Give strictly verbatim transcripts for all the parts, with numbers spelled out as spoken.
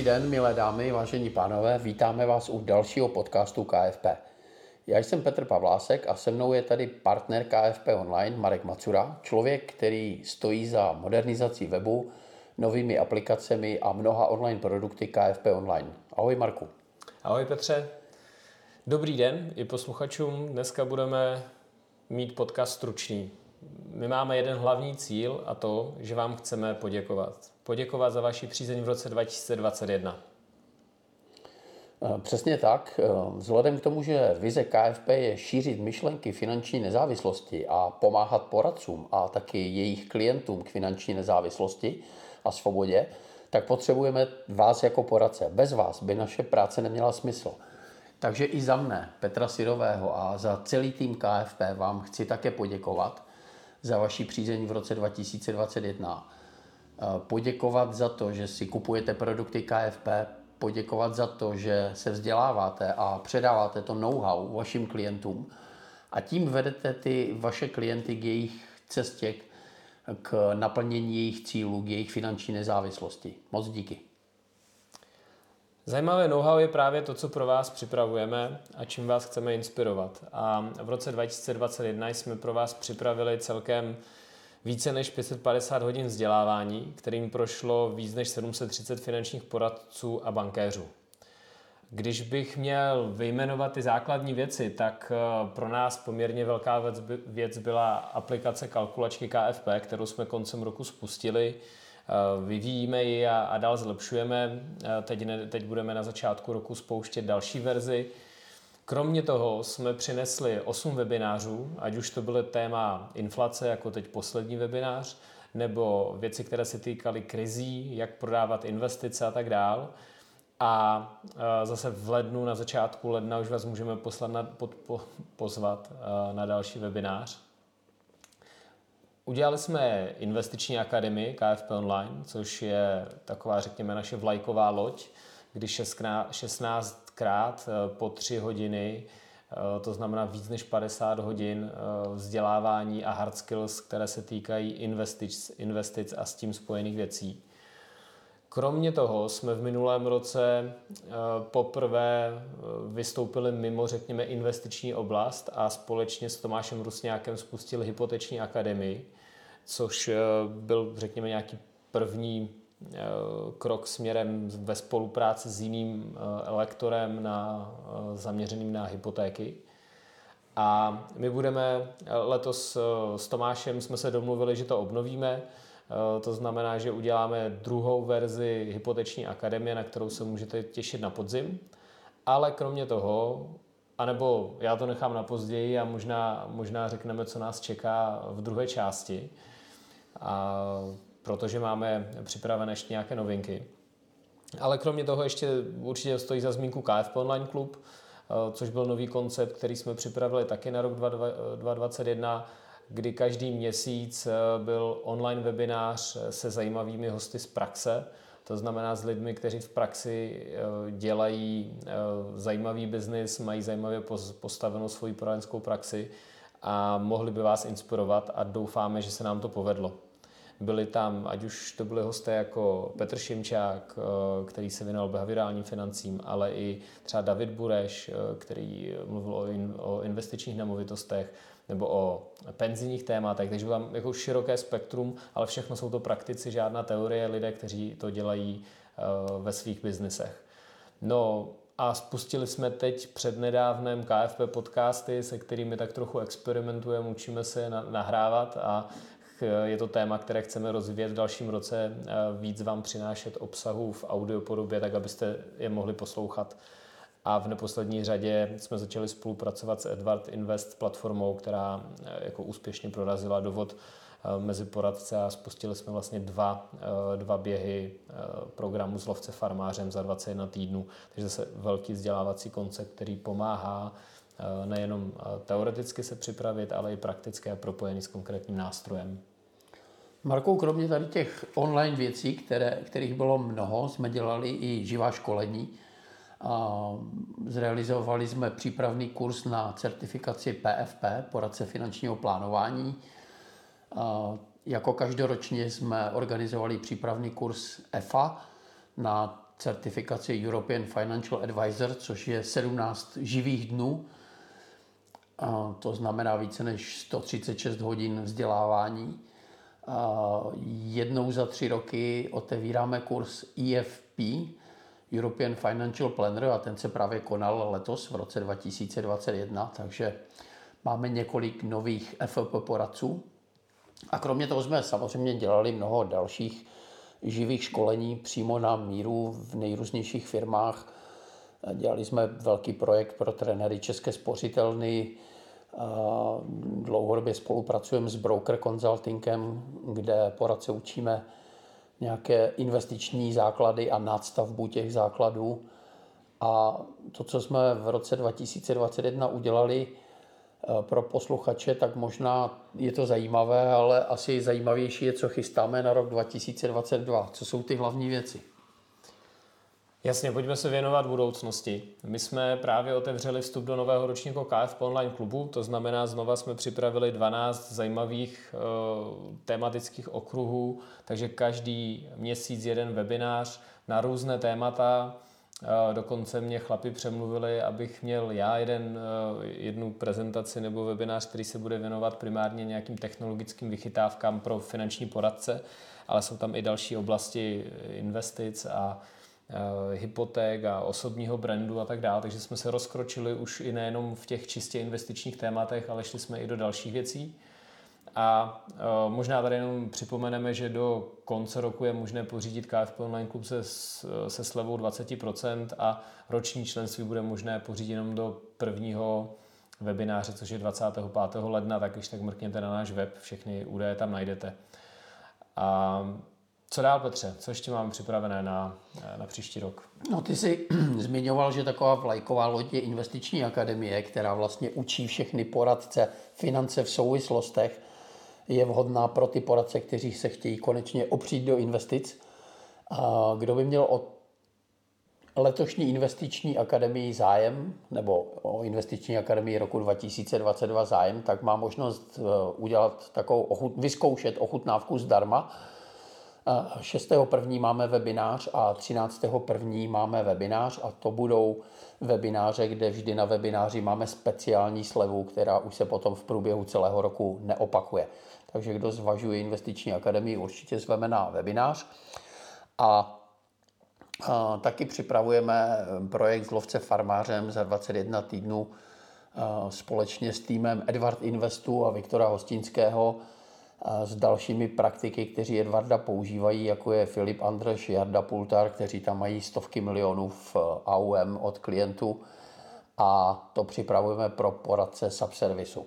Dobrý den, milé dámy, vážení pánové, vítáme vás u dalšího podcastu K F P. Já jsem Petr Pavlásek a se mnou je tady partner K F P Online Marek Macura, člověk, který stojí za modernizací webu, novými aplikacemi a mnoha online produkty K F P Online. Ahoj Marku. Ahoj Petře. Dobrý den i posluchačům. Dneska budeme mít podcast stručný. My máme jeden hlavní cíl a to, že vám chceme poděkovat. Poděkovat za vaši přízeň v roce dva tisíce dvacet jedna. Přesně tak. Vzhledem k tomu, že vize K F P je šířit myšlenky finanční nezávislosti a pomáhat poradcům a taky jejich klientům k finanční nezávislosti a svobodě, tak potřebujeme vás jako poradce. Bez vás by naše práce neměla smysl. Takže i za mne, Petra Syrového a za celý tým K F P vám chci také poděkovat za vaši přízeň v roce dva tisíce dvacet jedna. Poděkovat za to, že si kupujete produkty K F P, poděkovat za to, že se vzděláváte a předáváte to know-how vašim klientům a tím vedete ty vaše klienty k jejich cestě k naplnění jejich cílů, k jejich finanční nezávislosti. Moc díky. Zajímavé know-how je právě to, co pro vás připravujeme a čím vás chceme inspirovat. A v roce dva tisíce dvacet jedna jsme pro vás připravili celkem více než pět set padesát hodin vzdělávání, kterým prošlo víc než sedm set třicet finančních poradců a bankéřů. Když bych měl vyjmenovat ty základní věci, tak pro nás poměrně velká věc byla aplikace kalkulačky K F P, kterou jsme koncem roku spustili. Vyvíjíme ji a, a dál zlepšujeme. Teď, ne, teď budeme na začátku roku spouštět další verzi. Kromě toho jsme přinesli osm webinářů, ať už to bylo téma inflace, jako teď poslední webinář, nebo věci, které se týkaly krizí, jak prodávat investice a tak dál. A zase v lednu, na začátku ledna, už vás můžeme poslat na, pod, po, pozvat na další webinář. Udělali jsme investiční akademii K F P Online, což je taková, řekněme, naše vlajková loď, kdy šestnáctkrát po tři hodiny, to znamená víc než padesát hodin vzdělávání a hard skills, které se týkají investic, investic a s tím spojených věcí. Kromě toho jsme v minulém roce poprvé vystoupili mimo, řekněme, investiční oblast a společně s Tomášem Rusňákem spustili hypoteční akademii, což byl, řekněme, nějaký první krok směrem ve spolupráci s jiným lektorem na, zaměřeným na hypotéky. A my budeme letos s Tomášem jsme se domluvili, že to obnovíme. To znamená, že uděláme druhou verzi hypoteční akademie, na kterou se můžete těšit na podzim. Ale kromě toho, anebo já to nechám na později a možná, možná řekneme, co nás čeká v druhé části, a protože máme připravené ještě nějaké novinky. Ale kromě toho ještě určitě stojí za zmínku K F P Online Klub, což byl nový koncept, který jsme připravili taky na rok dva tisíce dvacet jedna, kdy každý měsíc byl online webinář se zajímavými hosty z praxe, to znamená s lidmi, kteří v praxi dělají zajímavý biznis, mají zajímavě postavenou svoji poradenskou praxi a mohli by vás inspirovat a doufáme, že se nám to povedlo. Byli tam, ať už to byli hosté jako Petr Šimčák, který se věnoval behaviorálním financím, ale i třeba David Bureš, který mluvil o, in, o investičních nemovitostech nebo o penzijních tématech, takže bylo tam jako široké spektrum, ale všechno jsou to praktici, žádná teorie, lidé, kteří to dělají ve svých biznisech. No a spustili jsme teď přednedávnem K F P podcasty, se kterými tak trochu experimentujeme, učíme se nahrávat a je to téma, které chceme rozvíjet v dalším roce, víc vám přinášet obsahu v audiopodobě, tak abyste je mohli poslouchat. A v neposlední řadě jsme začali spolupracovat s Edward Invest platformou, která jako úspěšně prorazila dovod mezi poradce a spustili jsme vlastně dva, dva běhy programu s lovce farmářem za dvacet jedna týdnů. Takže zase velký vzdělávací koncept, který pomáhá nejenom teoreticky se připravit, ale i prakticky a propojený s konkrétním nástrojem. Marku, kromě tady těch online věcí, které, kterých bylo mnoho, jsme dělali i živá školení. Zrealizovali jsme přípravný kurz na certifikaci P F P, poradce finančního plánování. Jako každoročně jsme organizovali přípravný kurz E F A na certifikaci European Financial Advisor, což je sedmnáct živých dnů. A to znamená více než sto třicet šest hodin vzdělávání. A jednou za tři roky otevíráme kurz E F P, European Financial Planner, a ten se právě konal letos v roce dva tisíce dvacet jedna, takže máme několik nových F P poradců. A kromě toho jsme samozřejmě dělali mnoho dalších živých školení přímo na míru v nejrůznějších firmách. Dělali jsme velký projekt pro trenéry České spořitelny. Dlouhodobě spolupracujeme s Broker Consultingem, kde poradce učíme nějaké investiční základy a nadstavbu těch základů. A to, co jsme v roce dva tisíce dvacet jedna udělali pro posluchače, tak možná je to zajímavé, ale asi zajímavější je, co chystáme na rok dva tisíce dvacet dva. Co jsou ty hlavní věci? Jasně, pojďme se věnovat budoucnosti. My jsme právě otevřeli vstup do nového ročníku K F P online klubu, to znamená, znova jsme připravili dvanáct zajímavých e, tematických okruhů, takže každý měsíc jeden webinář na různé témata. E, dokonce mě chlapi přemluvili, abych měl já jeden, e, jednu prezentaci nebo webinář, který se bude věnovat primárně nějakým technologickým vychytávkám pro finanční poradce, ale jsou tam i další oblasti investic a hypoték a osobního brandu a tak dále, takže jsme se rozkročili už i nejenom v těch čistě investičních tématech, ale šli jsme i do dalších věcí. A e, možná tady jenom připomeneme, že do konce roku je možné pořídit K F P online klub se, se slevou dvacet procent a roční členství bude možné pořídit jenom do prvního webináře, což je dvacátého pátého ledna, tak když tak mrkněte na náš web, všechny údaje tam najdete. A co dál, Petře? Co ještě máme připravené na, na příští rok? No, ty jsi zmiňoval, že taková vlajková loď je investiční akademie, která vlastně učí všechny poradce finance v souvislostech. Je vhodná pro ty poradce, kteří se chtějí konečně opřít do investic. A kdo by měl o letošní investiční akademii zájem, nebo o investiční akademii roku dva tisíce dvacet dva zájem, tak má možnost udělat takovou, ochut, vyzkoušet ochutnávku zdarma. šestého prvního máme webinář a třináctého prvního máme webinář a to budou webináře, kde vždy na webináři máme speciální slevu, která už se potom v průběhu celého roku neopakuje. Takže kdo zvažuje investiční akademii, určitě zveme na webinář. A, a taky připravujeme projekt s lovce farmářem za dvacet jedna týdnů a společně s týmem Edward Investu a Viktora Hostinského a s dalšími praktiky, kteří Edwarda používají, jako je Filip Andrš, Jarda Pultar, kteří tam mají stovky milionů v A U M od klientů, a to připravujeme pro poradce subservisu.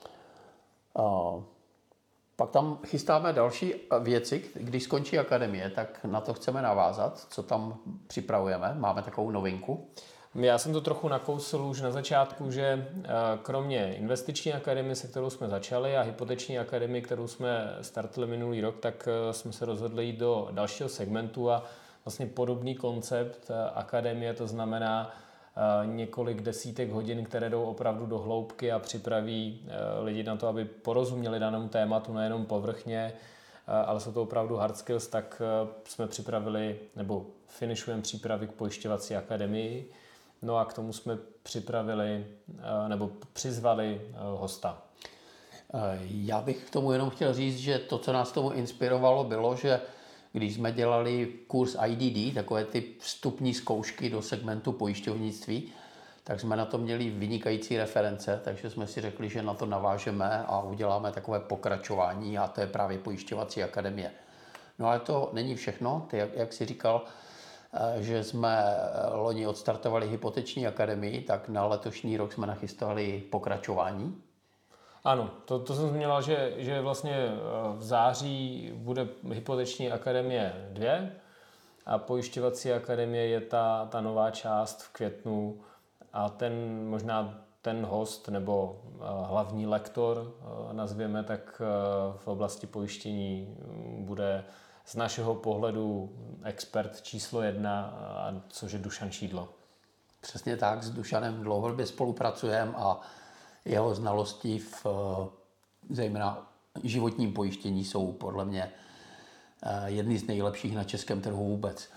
Pak tam chystáme další věci. Když skončí akademie, tak na to chceme navázat. Co tam připravujeme? Máme takovou novinku. Já jsem to trochu nakousl už na začátku, že kromě investiční akademie, se kterou jsme začali, a hypoteční akademie, kterou jsme startili minulý rok, tak jsme se rozhodli jít do dalšího segmentu a vlastně podobný koncept akademie, to znamená několik desítek hodin, které jdou opravdu do hloubky a připraví lidi na to, aby porozuměli danému tématu nejenom povrchně, ale jsou to opravdu hard skills, tak jsme připravili, nebo finišujeme přípravy k pojišťovací akademii. No a k tomu jsme připravili, nebo přizvali hosta. Já bych k tomu jenom chtěl říct, že to, co nás tomu inspirovalo, bylo, že když jsme dělali kurz I D D, takové ty vstupní zkoušky do segmentu pojišťovnictví, tak jsme na to měli vynikající reference, takže jsme si řekli, že na to navážeme a uděláme takové pokračování, a to je právě pojišťovací akademie. No ale to není všechno, ty, jak, jak jsi říkal, že jsme loni odstartovali hypoteční akademii, tak na letošní rok jsme nachystali pokračování. Ano, to, to jsem zmiňoval, že, že vlastně v září bude hypoteční akademie dvě a pojišťovací akademie je ta, ta nová část v květnu, a ten možná ten host nebo hlavní lektor, nazvěme, tak v oblasti pojištění bude z našeho pohledu expert číslo jedna, což je Dušan Šídlo. Přesně tak, s Dušanem dlouhodobě spolupracujeme a jeho znalosti v zejména životním pojištění jsou podle mě jedny z nejlepších na českém trhu vůbec.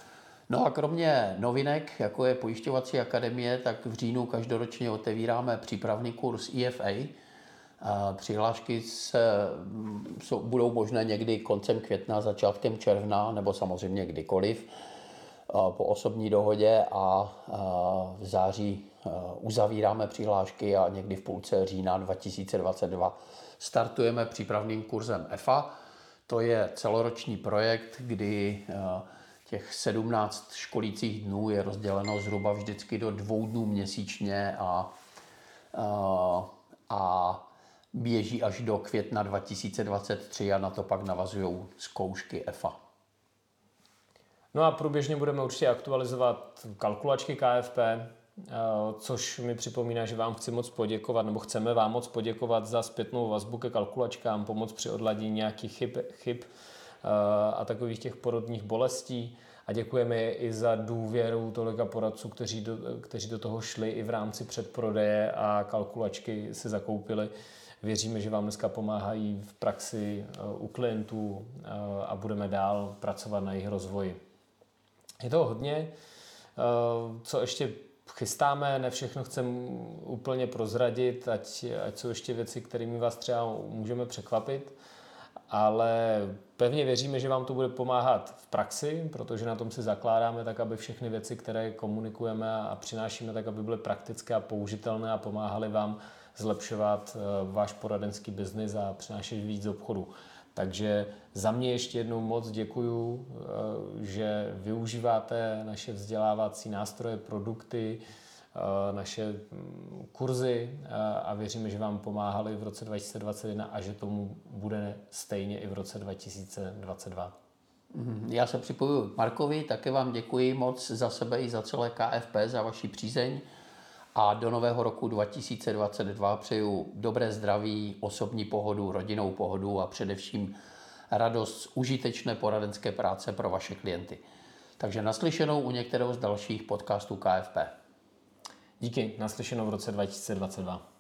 No a kromě novinek, jako je Pojišťovací akademie, tak v říjnu každoročně otevíráme přípravný kurz E F A. Přihlášky se, jsou, budou možné někdy koncem května, začátkem června, nebo samozřejmě kdykoliv po osobní dohodě, a v září uzavíráme přihlášky a někdy v půlce října dva tisíce dvacet dva startujeme přípravným kurzem E F A. To je celoroční projekt, kdy těch sedmnáct školících dnů je rozděleno zhruba vždycky do dvou dnů měsíčně a, a, a běží až do května dva tisíce dvacet tři a na to pak navazují zkoušky E F A. No a průběžně budeme určitě aktualizovat kalkulačky K F P, což mi připomíná, že vám chci moc poděkovat, nebo chceme vám moc poděkovat za zpětnou vazbu ke kalkulačkám, pomoc při odladění nějakých chyb, chyb a takových těch porodních bolestí. A děkujeme i za důvěru tolika poradců, kteří do, kteří do toho šli i v rámci předprodeje a kalkulačky si zakoupili. Věříme, že vám dneska pomáhají v praxi u klientů a budeme dál pracovat na jejich rozvoji. Je toho hodně, co ještě chystáme, ne všechno chceme úplně prozradit, ať, ať jsou ještě věci, kterými vás třeba můžeme překvapit, ale pevně věříme, že vám to bude pomáhat v praxi, protože na tom si zakládáme tak, aby všechny věci, které komunikujeme a přinášíme, tak aby byly praktické a použitelné a pomáhaly vám zlepšovat váš poradenský biznis a přinášet víc obchodu. Takže za mě ještě jednou moc děkuju, že využíváte naše vzdělávací nástroje, produkty, naše kurzy a věříme, že vám pomáhali v roce dva tisíce dvacet jedna a že tomu bude stejně i v roce dva tisíce dvacet dva. Já se připojuji k Markovi, také vám děkuji moc za sebe i za celé K F P, za vaši přízeň. A do nového roku dva tisíce dvacet dva přeju dobré zdraví, osobní pohodu, rodinnou pohodu a především radost z užitečné poradenské práce pro vaše klienty. Takže naslyšenou u některého z dalších podcastů K F P. Díky, naslyšenou v roce dva tisíce dvacet dva.